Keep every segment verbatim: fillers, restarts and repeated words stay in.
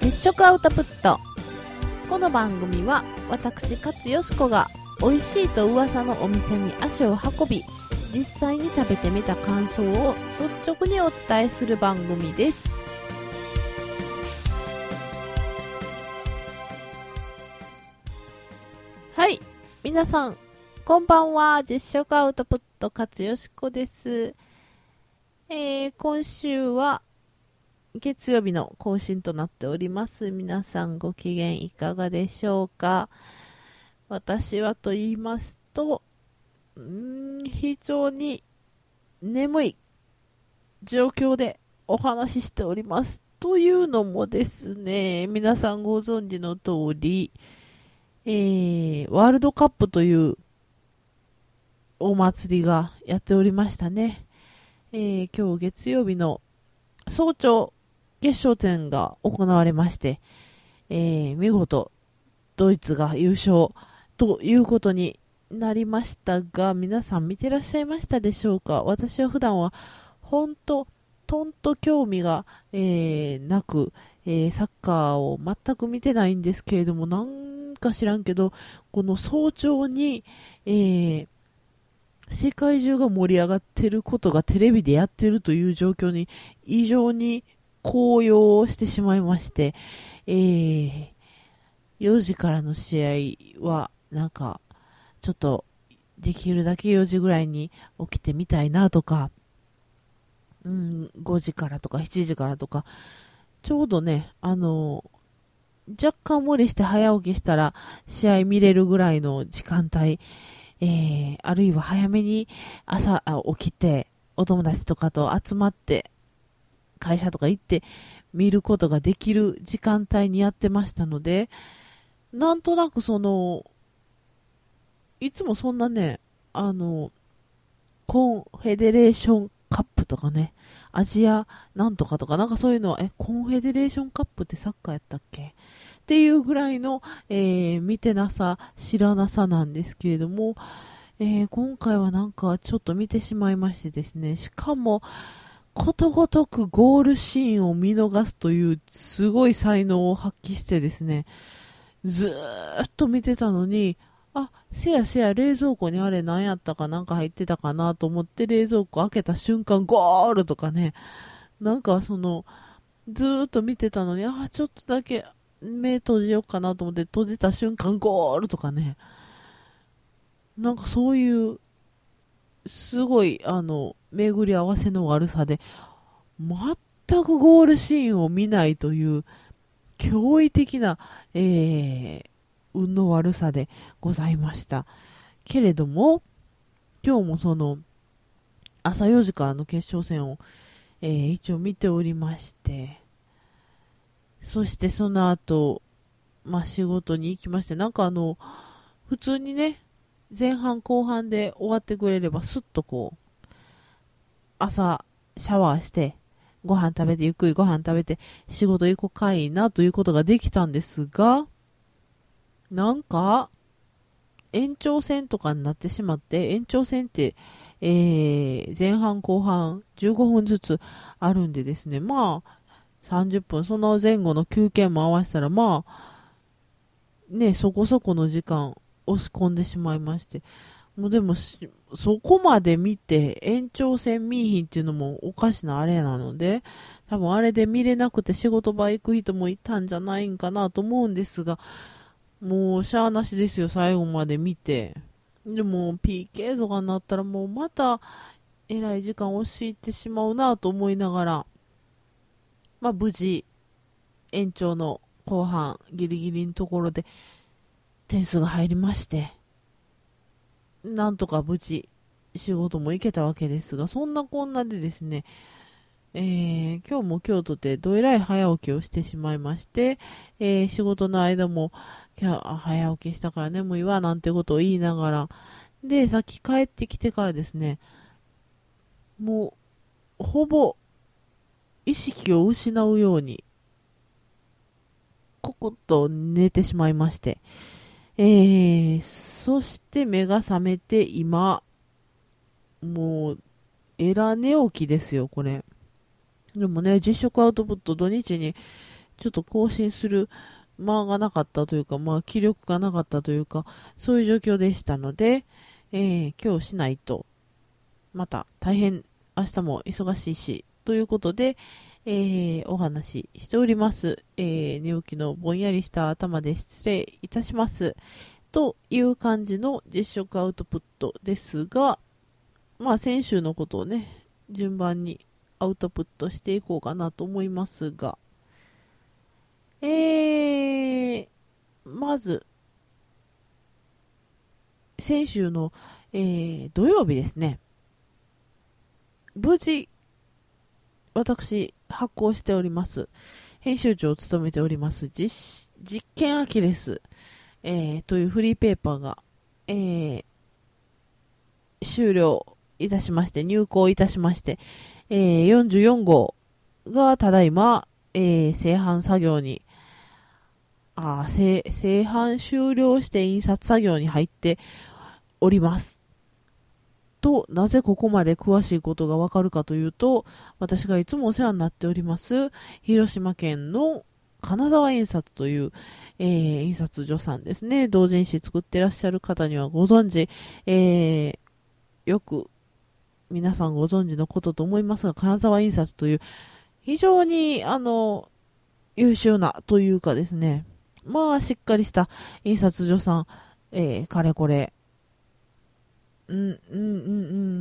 実食アウトプット。この番組は私勝よしこが美味しいと噂のお店に足を運び、実際に食べてみた感想を率直にお伝えする番組です。はい、皆さんこんばんは。実食アウトプット勝よしこです。えー、今週は月曜日の更新となっております。皆さんご機嫌いかがでしょうか。私はと言いますと、うーん非常に眠い状況でお話ししております。というのもですね、皆さんご存知の通り、えー、ワールドカップというお祭りがやっておりましたね。えー、今日月曜日の早朝決勝戦が行われまして、えー、見事ドイツが優勝ということになりましたが、皆さん見てらっしゃいましたでしょうか。私は普段は本当とんと興味が、えー、なく、えー、サッカーを全く見てないんですけれども、なんか知らんけどこの早朝に、えー、世界中が盛り上がってることがテレビでやってるという状況に異常に高揚してしまいまして、えー、よじからの試合はなんかちょっとできるだけよじぐらいに起きてみたいなとか、うん、ごじからとかしちじからとか、ちょうどね、あの若干無理して早起きしたら試合見れるぐらいの時間帯、えー、あるいは早めに朝起きてお友達とかと集まって会社とか行って見ることができる時間帯にやってましたので、なんとなくそのいつもそんなね、あのコンフェデレーションカップとかね、アジアなんとかとかなんかそういうのは、えコンフェデレーションカップってサッカーやったっけっていうぐらいの、えー、見てなさ知らなさなんですけれども、えー、今回はなんかちょっと見てしまいましてですね、しかもことごとくゴールシーンを見逃すというすごい才能を発揮してですね、ずーっと見てたのに、あ、せやせや冷蔵庫にあれ何やったかなんか入ってたかなと思って冷蔵庫開けた瞬間ゴールとかね、なんかそのずーっと見てたのに、あ、ちょっとだけ目閉じようかなと思って閉じた瞬間ゴールとかね、なんかそういうすごいあの巡り合わせの悪さで全くゴールシーンを見ないという驚異的な、えー、運の悪さでございましたけれども、今日もその朝よじからの決勝戦を、えー、一応見ておりまして、そしてその後、まあ、仕事に行きまして、なんかあの普通にね前半後半で終わってくれればスッとこう朝シャワーしてご飯食べてゆっくりご飯食べて仕事行こうかいなということができたんですが、なんか延長戦とかになってしまって、延長戦って、えー、前半後半じゅうごふんずつあるんでですね、まあさんじゅっぷん、その前後の休憩も合わせたらまあねそこそこの時間押し込んでしまいまして、もうでもそこまで見て延長戦見いひんっていうのもおかしなあれなので、多分あれで見れなくて仕事場行く人もいたんじゃないんかなと思うんですが、もうしゃあなしですよ、最後まで見て。でも ピーケー とかになったらもうまたえらい時間押し入ってしまうなと思いながら、まあ無事延長の後半ギリギリのところで点数が入りまして、なんとか無事仕事も行けたわけですが、そんなこんなでですね、えー、今日も京都でどえらい早起きをしてしまいまして、えー、仕事の間も早起きしたから眠いわなんてことを言いながら、でさっき帰ってきてからですね、もうほぼ意識を失うようにコクッと寝てしまいまして、えー、そして目が覚めて今もうえら寝起きですよこれ。でもね、実食アウトプット土日にちょっと更新する間がなかったというか、まあ、気力がなかったというか、そういう状況でしたので、えー、今日しないと、また大変、明日も忙しいし、ということで、えー、お話ししております。えー、寝起きのぼんやりした頭で失礼いたします。という感じの実食アウトプットですが、まあ先週のことをね、順番にアウトプットしていこうかなと思いますが、えー、まず、先週の、えー、土曜日ですね、無事、私、発行しております。編集長を務めております、実、実験アキレス、えー、というフリーペーパーが、えー、終了いたしまして、入稿いたしまして、えー、よんじゅうよん号がただいま、えー、製版作業に、あ製、製版終了して印刷作業に入っております。と、なぜここまで詳しいことがわかるかというと、私がいつもお世話になっております、広島県の金沢印刷という、えー、印刷所さんですね。同人誌作ってらっしゃる方にはご存知、えー、よく皆さんご存知のことと思いますが、金沢印刷という非常にあの優秀なというかですね、まあしっかりした印刷所さん、えー、かれこれ、うん、うん、うん、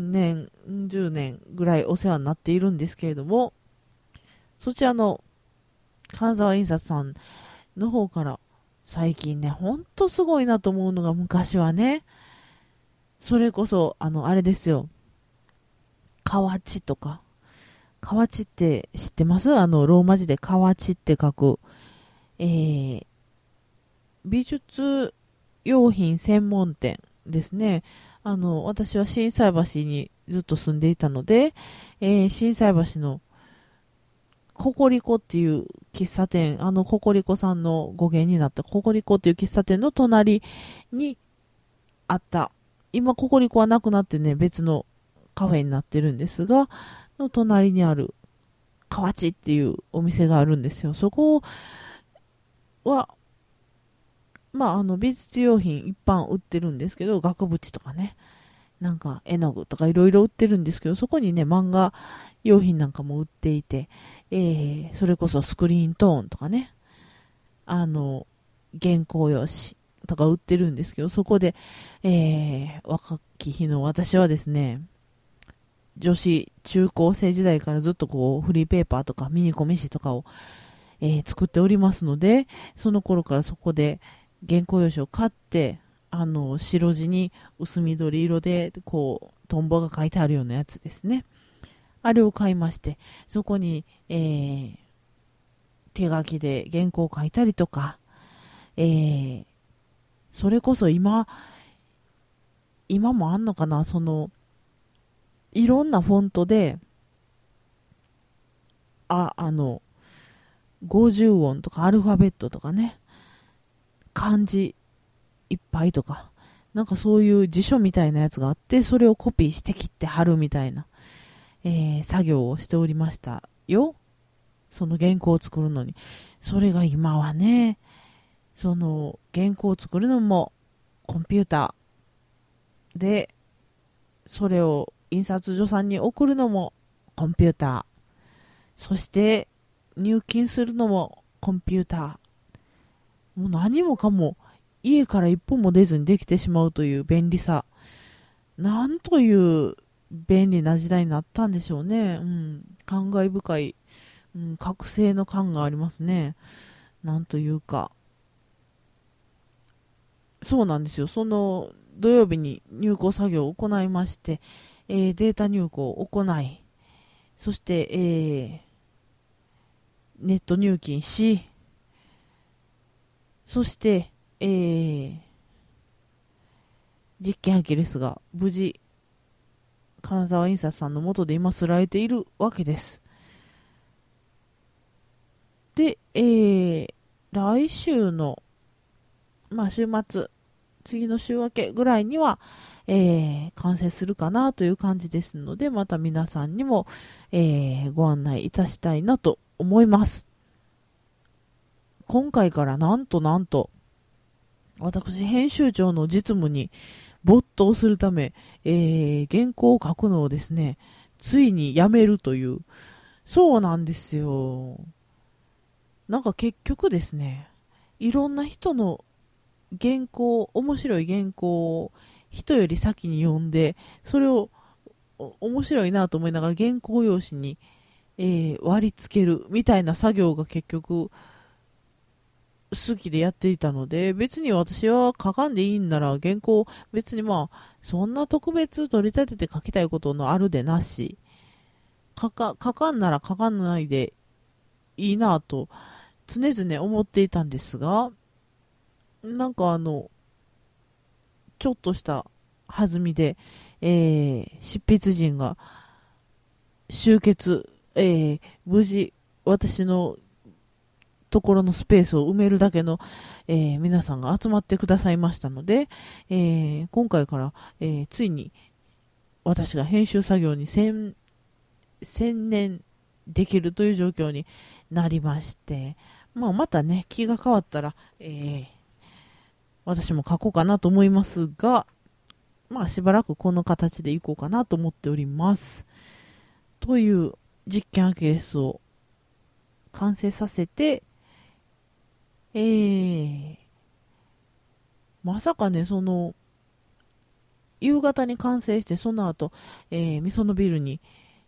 年、じゅうねんぐらいお世話になっているんですけれども、そちらの金沢印刷さんの方から最近ね、ほんとすごいなと思うのが、昔はね、それこそ、あの、あれですよ、河内とか、河内って知ってます？あの、ローマ字で河内って書く、えー、美術用品専門店ですね。あの、私は心斎橋にずっと住んでいたので、えー、心斎橋のココリコっていう喫茶店、あのココリコさんの語源になったココリコっていう喫茶店の隣にあった。今ココリコはなくなってね、別のカフェになってるんですが、の隣にある河内っていうお店があるんですよ。そこは、まあ、あの美術用品一般売ってるんですけど、額縁とかね、なんか絵の具とかいろいろ売ってるんですけど、そこにね、漫画用品なんかも売っていて、えー、それこそスクリーントーンとかね、あの、原稿用紙とか売ってるんですけど、そこで、えー、若き日の私はですね、女子中高生時代からずっとこう、フリーペーパーとかミニコミ紙とかを、えー、作っておりますので、その頃からそこで原稿用紙を買って、あの、白地に薄緑色で、こう、トンボが書いてあるようなやつですね。あれを買いまして、そこに、えー、手書きで原稿を書いたりとか、えー、それこそ今、今もあんのかな、その、いろんなフォントで、あ、あの、ごじゅう音とかアルファベットとかね、漢字いっぱいとか、なんかそういう辞書みたいなやつがあって、それをコピーして切って貼るみたいな、えー、作業をしておりましたよ。その原稿を作るのに。それが今はね、その原稿を作るのもコンピューターで、それを印刷所さんに送るのもコンピューター。そして入金するのもコンピューター。もう何もかも家から一歩も出ずにできてしまうという便利さ。なんという便利な時代になったんでしょうね。うん。感慨深い、うん、覚醒の感がありますね。なんというか。そうなんですよ。その土曜日に入稿作業を行いまして、えー、データ入稿を行い、そして、えー、ネット入金し、そして、えー、実験アキレスが無事、金沢印刷さんの下で今すらえているわけです。で、えー、来週の、まあ週末、次の週明けぐらいには、えー、完成するかなという感じですので、また皆さんにも、えー、ご案内いたしたいなと思います。 今回からなんとなんと、私、編集長の実務に没頭するため、えー、原稿を書くのをですね、ついにやめるという、そうなんですよ。なんか結局ですね、いろんな人の原稿、面白い原稿を人より先に読んで、それを面白いなと思いながら原稿用紙に、えー、割り付けるみたいな作業が結局好きでやっていたので、別に私は書かんでいいんなら原稿別にまあそんな特別取り立てて書きたいことのあるでなし、書か書かんなら書かないでいいなと常々思っていたんですが、なんかあのちょっとした弾みで、えー、執筆陣が集結、えー、無事私のところのスペースを埋めるだけの、えー、皆さんが集まってくださいましたので、えー、今回から、えー、ついに私が編集作業に専念できるという状況になりまして、まあ、またね気が変わったら、えー、私も書こうかなと思いますが、まあしばらくこの形でいこうかなと思っております。という実験アキレスを完成させて、えー、まさかね、その、夕方に完成して、その後、えー、みそのビルに、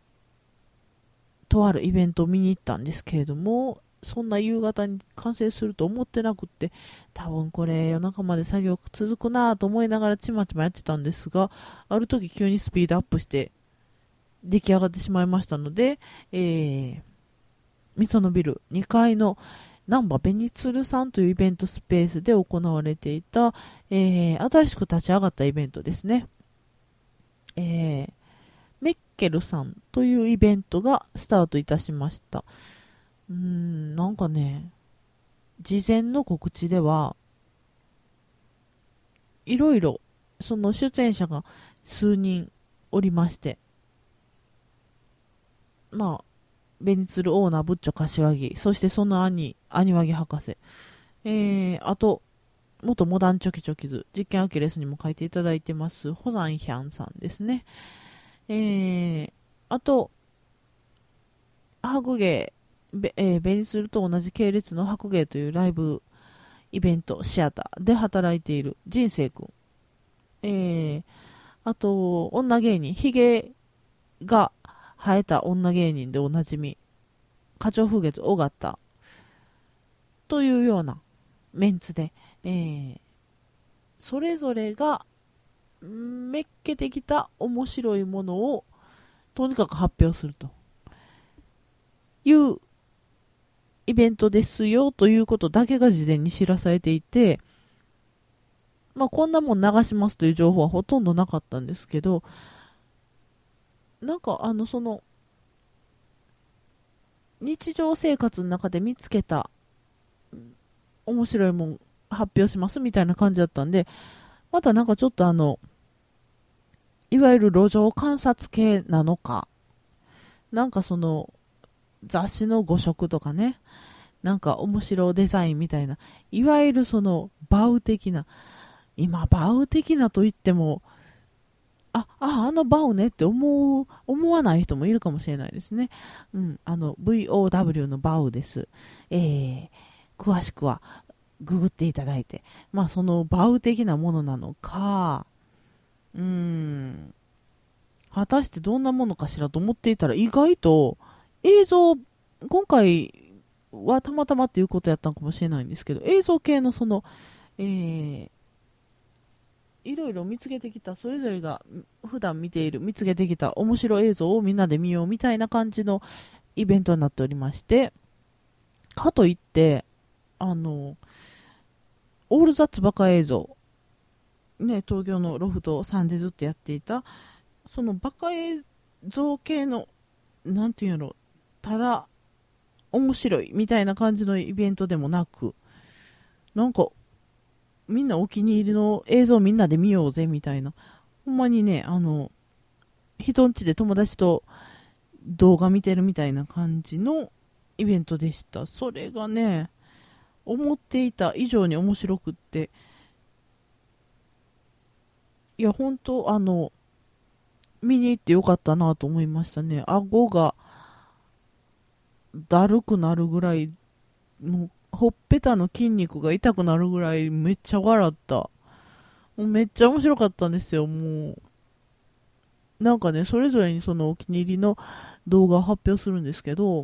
とあるイベントを見に行ったんですけれども、そんな夕方に完成すると思ってなくって、多分これ夜中まで作業続くなぁと思いながらちまちまやってたんですが、ある時急にスピードアップして出来上がってしまいましたので、えー、みそのビルにかいのナンバベニツルさんというイベントスペースで行われていた、えー、新しく立ち上がったイベントですね。えー、メッケルさんというイベントがスタートいたしました。うーん、なんかね、事前の告知では、いろいろ、その出演者が数人おりまして、まあ、ベニツルオーナーブッチョ柏木、そしてその兄、兄和木博士、えー、あと、元モダンチョキチョキズ、実験アキレスにも書いていただいてます、ホザンヒャンさんですね。えー、あと、白芸、ベ,、えー、ベニツルと同じ系列の白芸というライブイベント、シアターで働いている人生くん。えー、あと、女芸人、ヒゲが生えた女芸人でおなじみ、花鳥風月尾形というようなメンツで、えー、それぞれがめっけてきた面白いものをとにかく発表するというイベントですよということだけが事前に知らされていて、まあこんなもん流しますという情報はほとんどなかったんですけど、なんかあのその日常生活の中で見つけた面白いもん発表しますみたいな感じだったんで、またなんかちょっとあのいわゆる路上観察系なのか、なんかその雑誌の誤色とかね、なんか面白デザインみたいな、いわゆるそのバウ的な、今バウ的なと言っても、あ、あ、あのバウねって思う、思わない人もいるかもしれないですね。うん、あの ブイオーダブリュー のバウです。えー、詳しくはググっていただいて、まあそのバウ的なものなのか、うーん、果たしてどんなものかしらと思っていたら、意外と映像、今回はたまたまっていうことやったのかもしれないんですけど、映像系のその、えー、いろいろ見つけてきた、それぞれが普段見ている、見つけてきた面白い映像をみんなで見ようみたいな感じのイベントになっておりまして、かといって、あの、オールザッツバカ映像、ね、東京のロフトさんでずっとやっていた、そのバカ映像系の、なんていうの、ただ面白いみたいな感じのイベントでもなく、なんかみんなお気に入りの映像みんなで見ようぜみたいな、ほんまにね、あの人ん家で友達と動画見てるみたいな感じのイベントでした。それがね、 思っていた以上に面白くって、いや、本当あの、見に行ってよかったなと思いましたね。顎がだるくなるぐらい、もう、ほっぺたの筋肉が痛くなるぐらいめっちゃ笑った。もうめっちゃ面白かったんですよ、もう。なんかね、それぞれにそのお気に入りの動画を発表するんですけど、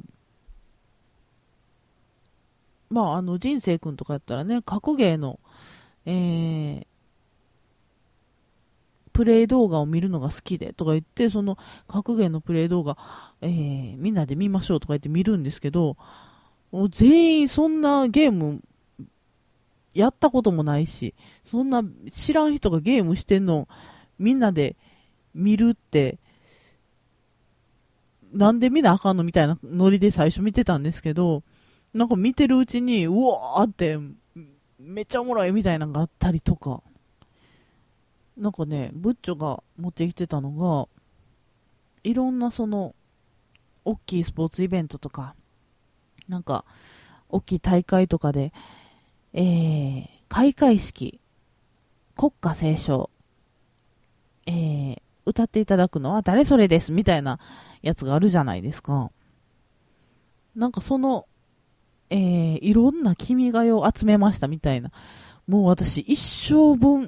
まあ、あの、人生くんとかやったらね、格ゲーの、えー、プレイ動画を見るのが好きでとか言って、その格ゲーのプレイ動画、えー、みんなで見ましょうとか言って見るんですけど、もう全員そんなゲームやったこともないし、そんな知らん人がゲームしてんのみんなで見るって、なんで見なあかんのみたいなノリで最初見てたんですけど、なんか見てるうちに、うわーって、めっちゃおもろいみたいなのがあったりとか、なんかね、ブッチョが持ってきてたのが、いろんなその、大きいスポーツイベントとか、なんか、大きい大会とかで、えー、開会式、国歌斉唱、えー、歌っていただくのは誰それですみたいなやつがあるじゃないですか。なんかその、えー、いろんな君が代を集めましたみたいな。もう私一生分、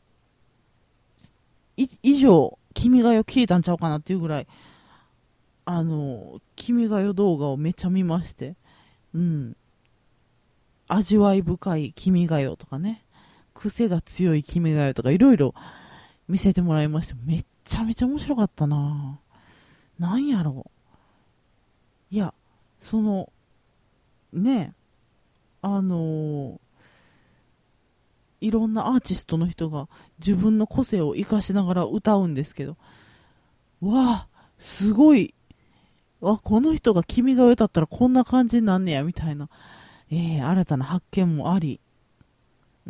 以上、君が代聞いたんちゃうかなっていうぐらい、あの、君が代動画をめっちゃ見まして、うん。味わい深い君が代とかね、癖が強い君が代とかいろいろ見せてもらいまして、めっちゃめちゃ面白かったなぁ。なんやろう。いや、その、ね、あのー、いろんなアーティストの人が自分の個性を生かしながら歌うんですけど、わあ、すごい、わ、この人が君が代歌ったらこんな感じになんねや、みたいな、えー、新たな発見もあり、うん、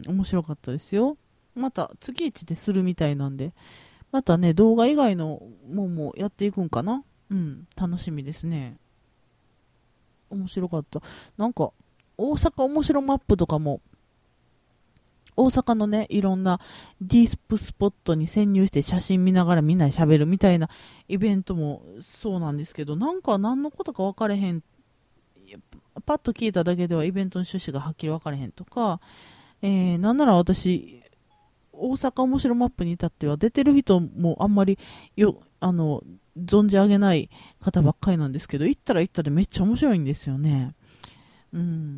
面白かったですよ。また、月一でするみたいなんで、またね、動画以外のもんもやっていくんかな。うん、楽しみですね。面白かった。なんか、大阪面白マップとかも、大阪のね、いろんなディープスポットに潜入して写真見ながらみんなで喋るみたいなイベントもそうなんですけど、なんか何のことか分かれへん、パッと聞いただけではイベントの趣旨がはっきり分かれへんとか、えー、なんなら私、大阪面白マップに至っては出てる人もあんまりよ、あの、存じ上げない方ばっかりなんですけど、行ったら行ったでめっちゃ面白いんですよね。うん。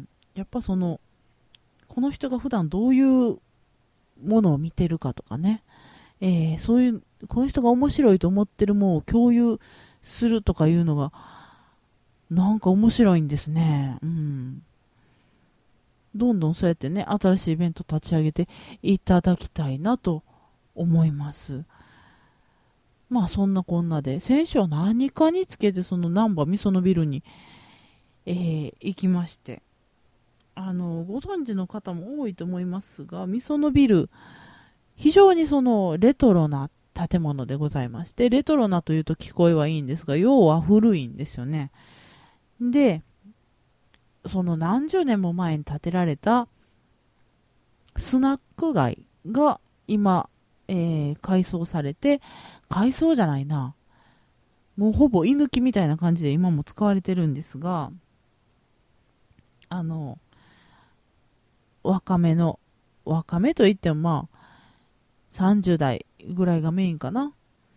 やっぱその、この人が普段どういうものを見てるかとかね、えー、そういう、この人が面白いと思ってるものを共有するとかいうのが、なんか面白いんですね。うん。どんどんそうやってね、新しいイベント立ち上げていただきたいなと思います。まあそんなこんなで、先週は何かにつけてその難波みそのビルに、えー、行きまして、あの、ご存知の方も多いと思いますが、みそのビル、非常にそのレトロな建物でございまして、レトロなというと聞こえはいいんですが、要は古いんですよね。で、その何十年も前に建てられたスナック街が今、えー、改装されて、改装じゃないな。もうほぼ居抜きみたいな感じで今も使われてるんですが、あの、若めの、若めといってもまあ、さんじゅう代ぐらいがメインかな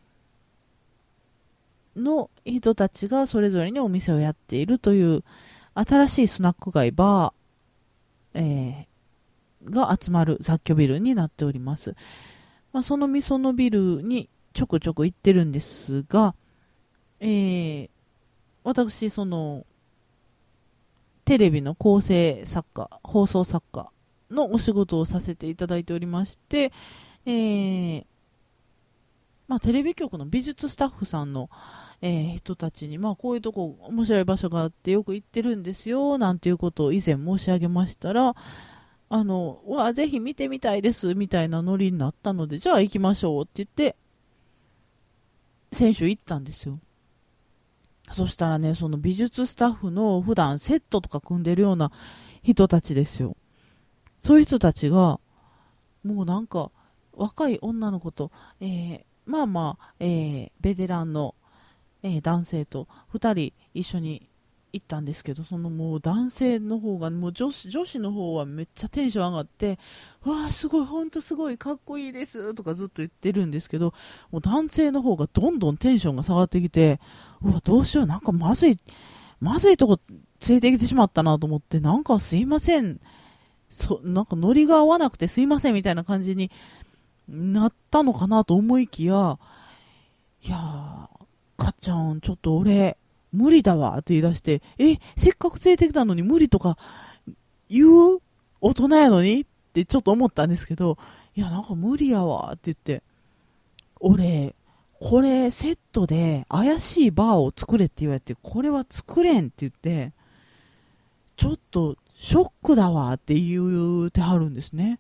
の人たちがそれぞれにお店をやっているという新しいスナック街バー、えー、が集まる雑居ビルになっております。まあ、そのみそのビルにちょくちょく行ってるんですが、えー、私、その、テレビの構成作家、放送作家のお仕事をさせていただいておりまして、えー、まあ、テレビ局の美術スタッフさんの、えー、人たちに、まあ、こういうとこ面白い場所があってよく行ってるんですよ、なんていうことを以前申し上げましたら、あの、うわ、ぜひ見てみたいです、みたいなノリになったので、じゃあ行きましょうって言って、先週行ったんですよ。そしたらね、その美術スタッフの普段セットとか組んでるような人たちですよ。そういう人たちが、もうなんか、若い女の子と、えー、まあまあ、えー、ベテランの、えー、男性とふたり一緒に行ったんですけど、そのもう男性の方が、もう女子、女子の方はめっちゃテンション上がって、わあ、すごい、ほんとすごい、かっこいいですとかずっと言ってるんですけど、もう男性の方がどんどんテンションが下がってきて、うわ、どうしよう、なんかまずい、まずいとこ連れてきてしまったなと思って、なんかすいません、そなんかノリが合わなくてすいませんみたいな感じになったのかなと思いきや、いやー、かっちゃん、ちょっと俺、無理だわって言い出して、え、せっかく連れてきたのに無理とか言う大人やのにってちょっと思ったんですけど、いや、なんか無理やわって言って、俺、これセットで怪しいバーを作れって言われて、これは作れんって言って、ちょっとショックだわって言うてはるんですね。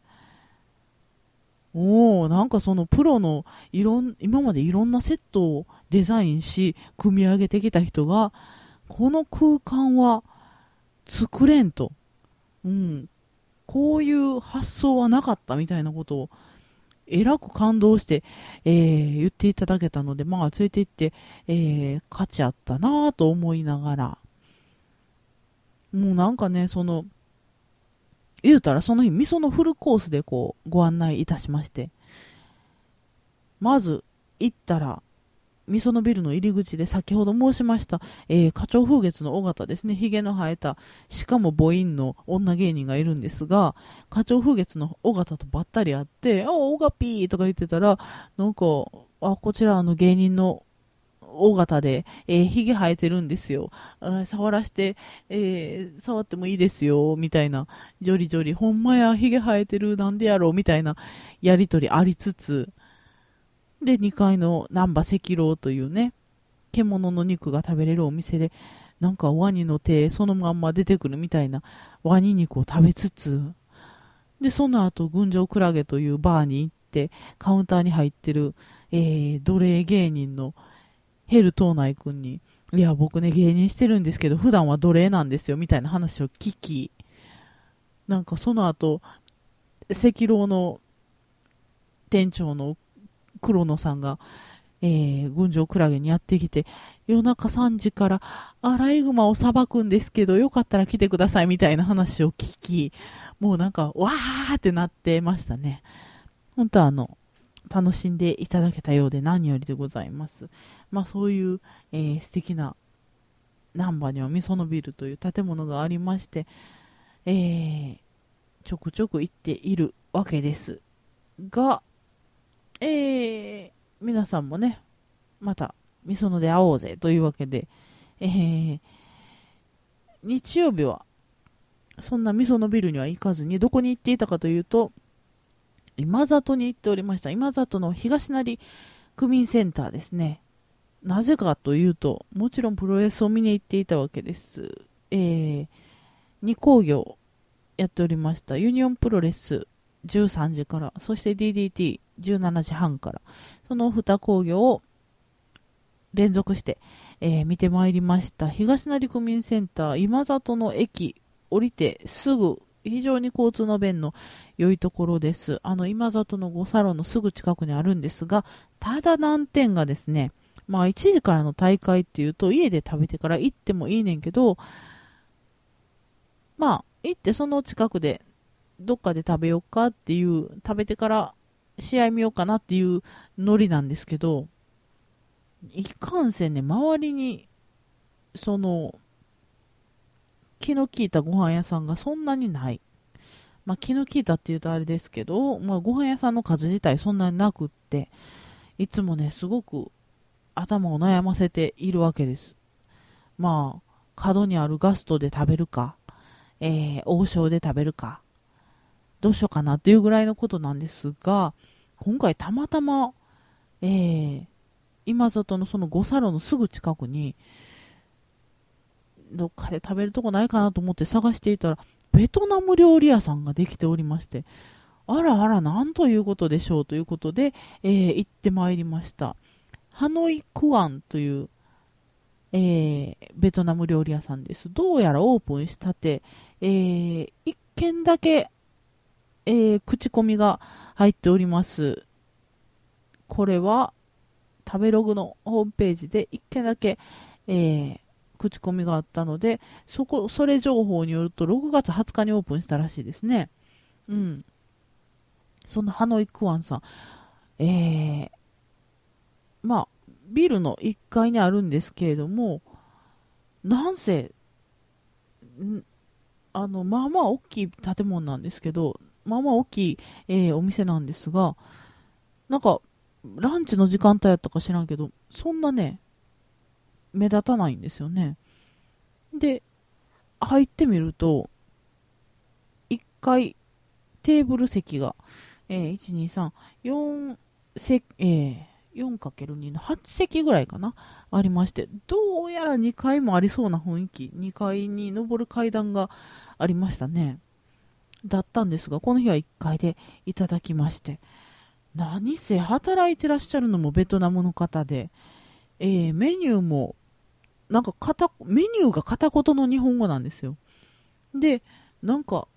おお、なんかそのプロのいろん、今までいろんなセットをデザインし、組み上げてきた人が、この空間は作れんと。うん。こういう発想はなかったみたいなことを、えらく感動して、えー、言っていただけたので、まあ、連れて行って、えー、価値あったなぁと思いながら、もうなんかね、その、言うたらその日、味噌のフルコースでこう、ご案内いたしまして、まず、行ったら、味噌のビルの入り口で先ほど申しました、えー、花鳥風月の尾形ですね、髭の生えた、しかも母音の女芸人がいるんですが、花鳥風月の尾形とばったり会って、あ、尾がピーとか言ってたら、なんか、あ、こちらあの芸人の大型で、えー、髭生えてるんですよ。触らして、えー、触ってもいいですよ、みたいな。ジョリジョリ、ほんまや、髭生えてる、なんでやろう、みたいなやりとりありつつ、で、にかいの南波赤郎というね、獣の肉が食べれるお店で、なんかワニの手、そのまんま出てくるみたいなワニ肉を食べつつ、で、その後、群青クラゲというバーに行って、カウンターに入ってる、えー、奴隷芸人のヘル東内くんに、いや、僕ね、芸人してるんですけど、普段は奴隷なんですよ、みたいな話を聞き、なんかその後、赤狼の店長の黒野さんが、えー、群青クラゲにやってきて、夜中さんじからアライグマをさばくんですけど、よかったら来てくださいみたいな話を聞き、もうなんか、わーってなってましたね。本当はあの、楽しんでいただけたようで何よりでございます。まあそういう、えー、素敵な難波にはみそのビルという建物がありまして、えー、ちょくちょく行っているわけですが、えー、皆さんもね、またみそので会おうぜというわけで、えー、日曜日はそんなみそのビルには行かずにどこに行っていたかというと、今里に行っておりました。今里の東成区民センターですね。なぜかというと、もちろんプロレスを見に行っていたわけです。えー、に興行やっておりましたユニオンプロレスじゅうさんじから、そして ディーディーティーじゅうしちじはんから、そのに興行を連続して、えー、見てまいりました。東成区民センター今里の駅降りてすぐ、非常に交通の便の良いところです。あの今里の五サロンのすぐ近くにあるんですが、ただ難点がですね、まあいちじからの大会っていうと家で食べてから行ってもいいねんけど、まあ行ってその近くでどっかで食べようかっていう、食べてから試合見ようかなっていうノリなんですけど、いかんせんね、周りにその気の利いたご飯屋さんがそんなにない。まあ、気の利いたって言うとあれですけど、まあ、ご飯屋さんの数自体そんなになくって、いつもね、すごく頭を悩ませているわけです。まあ、角にあるガストで食べるか、えー、王将で食べるか、どうしようかなっていうぐらいのことなんですが、今回たまたま、えー、今里のその五サロのすぐ近くに、どっかで食べるとこないかなと思って探していたら、ベトナム料理屋さんができておりまして、あらあら、なんということでしょうということで、えー、行ってまいりました。ハノイクワンという、ええー、ベトナム料理屋さんです。どうやらオープンしたて、えー、一軒だけ、えー、口コミが入っております。これは、食べログのホームページで一件だけ、えー、口コミがあったので、そこ、それ情報によるとろくがつはつかにオープンしたらしいですね。うん。そのハノイクワンさん。えー、まあ、ビルのいっかいにあるんですけれども、なんせ、んあの、まあまあ大きい建物なんですけど、まあまあ大きい、えーお店なんですが、なんか、ランチの時間帯やったか知らんけど、そんなね、目立たないんですよね。で、入ってみると、いっかいテーブル席が、えー、いち、に、さん、よん席、えー、よんかけるに のはち席ぐらいかなありまして、どうやらにかいもありそうな雰囲気、にかいに登る階段がありましたね。だったんですが、この日はいっかいでいただきまして、何せ働いてらっしゃるのもベトナムの方で、えー、メニューも、なんか片、メニューが片言の日本語なんですよ。で、なんか、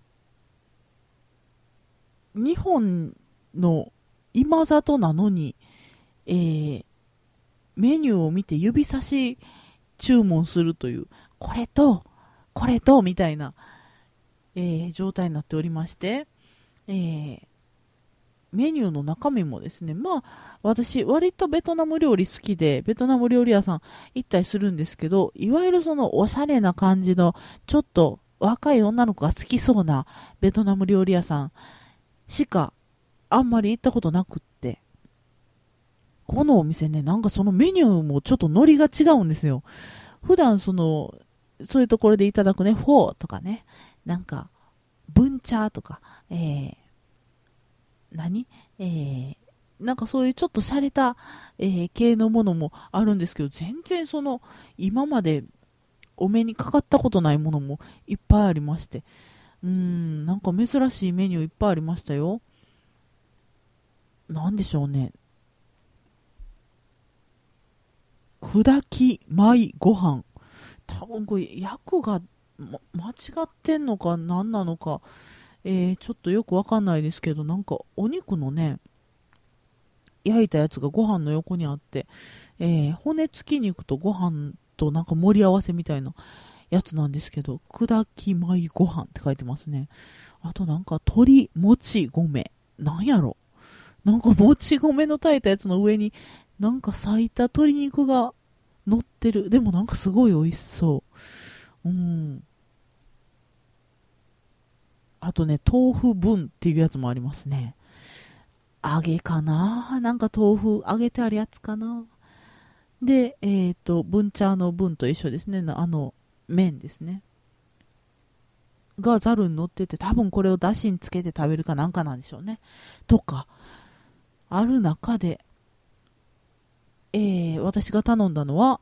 日本の今里なのに、えー、メニューを見て指差し注文するという、これと、これと、みたいな、えー、状態になっておりまして、えー、メニューの中身もですね、まあ、私、割とベトナム料理好きで、ベトナム料理屋さん行ったりするんですけど、いわゆるそのおしゃれな感じの、ちょっと若い女の子が好きそうなベトナム料理屋さんしかあんまり行ったことなくって、このお店ね、なんかそのメニューもちょっとノリが違うんですよ。普段その、そういうところでいただくね、フォーとかね、なんか、ブンチャーとか、えー、何えー、なんかそういうちょっと洒落た、えー、系のものもあるんですけど、全然その、今までお目にかかったことないものもいっぱいありまして、うーん、なんか珍しいメニューいっぱいありましたよ。なんでしょうね。砕き米ご飯。多分これ、訳が、ま、間違ってんのか何なのか、えー、ちょっとよくわかんないですけど、なんかお肉のね、焼いたやつがご飯の横にあって、えー、骨付き肉とご飯となんか盛り合わせみたいなやつなんですけど、砕き米ご飯って書いてますね。あとなんか鶏もち米。なんやろなんかもち米の炊いたやつの上になんか咲いた鶏肉が乗ってる。でもなんかすごい美味しそう。うん。あとね、豆腐分っていうやつもありますね。揚げかななんか豆腐揚げてあるやつかなで、えっ、ー、と、ブンチャーの分と一緒ですね。あの、麺ですね。がザルに乗ってて、多分これをだしにつけて食べるかなんかなんでしょうね。とか、ある中で、えー、私が頼んだのは、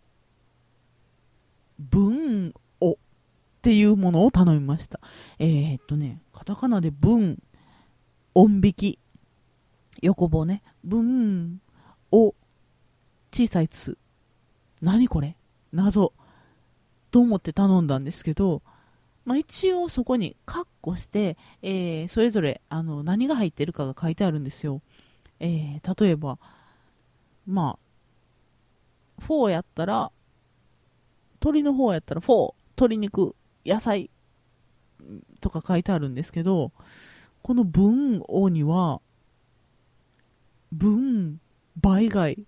文をっていうものを頼みました。えー、っとね、カタカナで文、音引き、横棒ね、文を小さいつ、何これ謎と思って頼んだんですけど、まあ、一応そこにカッコして、えー、それぞれあの何が入ってるかが書いてあるんですよ。えー、例えば、まあ、フォーやったら、鶏の方やったらフォー、鶏肉、野菜とか書いてあるんですけど、この文王には、文、倍貝、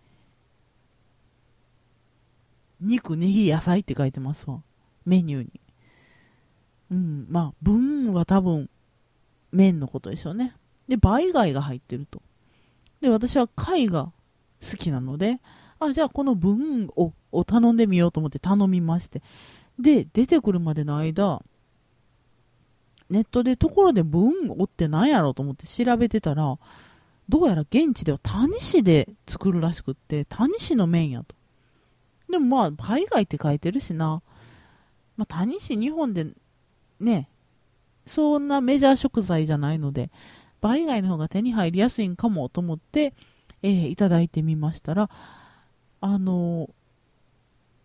肉、ネギ、野菜って書いてますわ。メニューに。うん、まあ、文は多分、麺のことでしょうね。で、倍貝が入ってると。で、私は貝が好きなので、あ、じゃあこの文をを頼んでみようと思って頼みまして。で、出てくるまでの間、ネットでところで文をって何やろうと思って調べてたら、どうやら現地では谷市で作るらしくって、谷市の麺やと。でもまあ、海外って書いてるしな。まあ、谷市日本でね、そんなメジャー食材じゃないので、倍貝の方が手に入りやすいんかもと思って、えー、いただいてみましたら、あの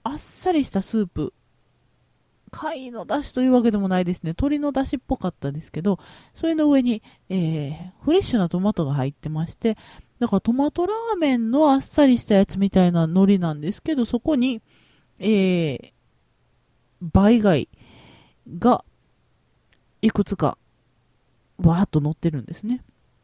あっさりしたスープ。貝の出汁というわけでもないですね。鶏の出汁っぽかったですけど、それの上に、えー、フレッシュなトマトが入ってまして、だからトマトラーメンのあっさりしたやつみたいな海苔なんですけど、そこに、えー、バイ貝がいくつかわーっと乗ってるんですね。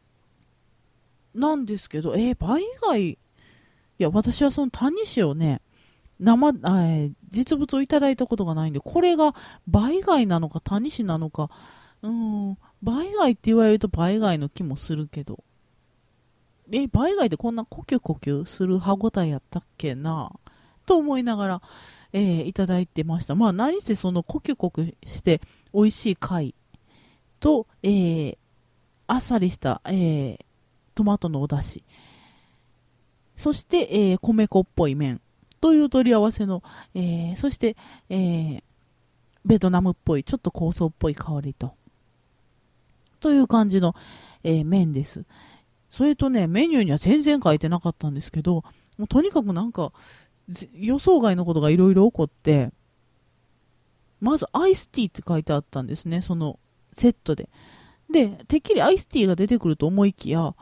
なんですけど、えー、バイ貝、いや、私はそのタニシをね、生、えー、実物をいただいたことがないんで、これがバイ貝なのかタニシなのか、うーん、バイ貝って言われるとバイ貝の気もするけど、え、バイ貝ってこんなコキュコキュする歯ごたえやったっけなと思いながら、えー、いただいてました。まあ何せそのコキュコキュして美味しい貝と、えー、あっさりした、えー、トマトのお出汁、そして、えー、米粉っぽい麺という取り合わせの、えー、そして、えー、ベトナムっぽいちょっと香草っぽい香りとという感じの、えー、麺です。それとね、メニューには全然書いてなかったんですけど、もうとにかくなんか予想外のことがいろいろ起こって、まずアイスティーって書いてあったんですね、そのセットで。で、てっきりアイスティーが出てくると思いきや、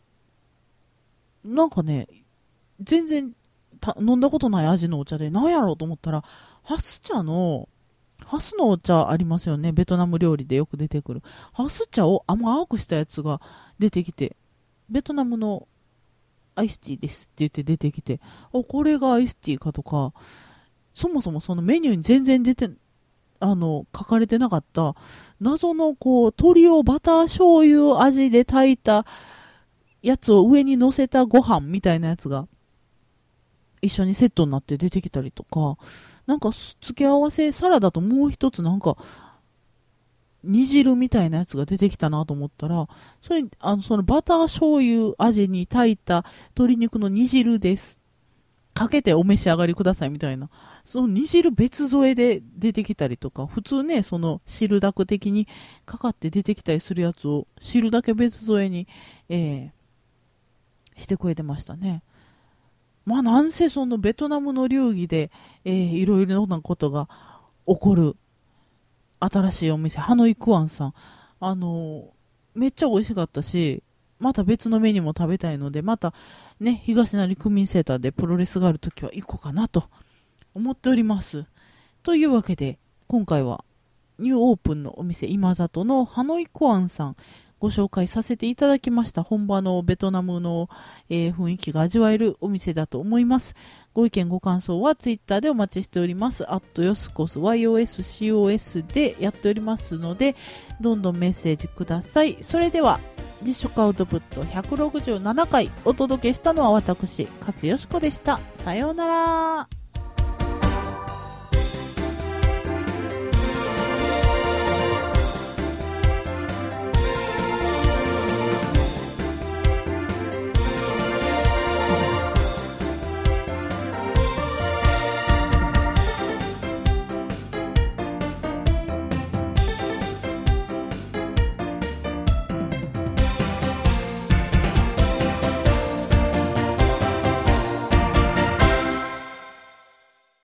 なんかね、全然飲んだことない味のお茶で、なんやろうと思ったら、ハス茶の、ハスのお茶ありますよね、ベトナム料理でよく出てくる。ハス茶を甘くしたやつが出てきて、ベトナムのアイスティーですって言って出てきて、あ、これがアイスティーかとか、そもそもそのメニューに全然出て、あの、書かれてなかった、謎のこう、鶏をバター醤油味で炊いたやつを上に乗せたご飯みたいなやつが、一緒にセットになって出てきたりとか、なんか付け合わせサラダともう一つなんか、煮汁みたいなやつが出てきたなと思ったら、それ、あの、そのバター醤油味に炊いた鶏肉の煮汁です。かけてお召し上がりくださいみたいな。その煮汁別添えで出てきたりとか、普通ね、その汁だく的にかかって出てきたりするやつを汁だけ別添えに、えー、してくれてましたね。まあなんせそのベトナムの流儀で、えー、いろいろなことが起こる新しいお店、ハノイクワンさん。あのー、めっちゃ美味しかったし、また別のメニューも食べたいので、またね、東成区民センターでプロレスがあるときは行こうかなと思っております。というわけで、今回はニューオープンのお店、今里のハノイクワンさん、ご紹介させていただきました。本場のベトナムの、えー、雰囲気が味わえるお店だと思います。ご意見ご感想はツイッターでお待ちしております。アットヨスコス ワイオーエスシーオーエス でやっておりますので、どんどんメッセージください。それでは、実食アウトプットひゃくろくじゅうななかいお届けしたのは私、勝よしこでした。さようなら。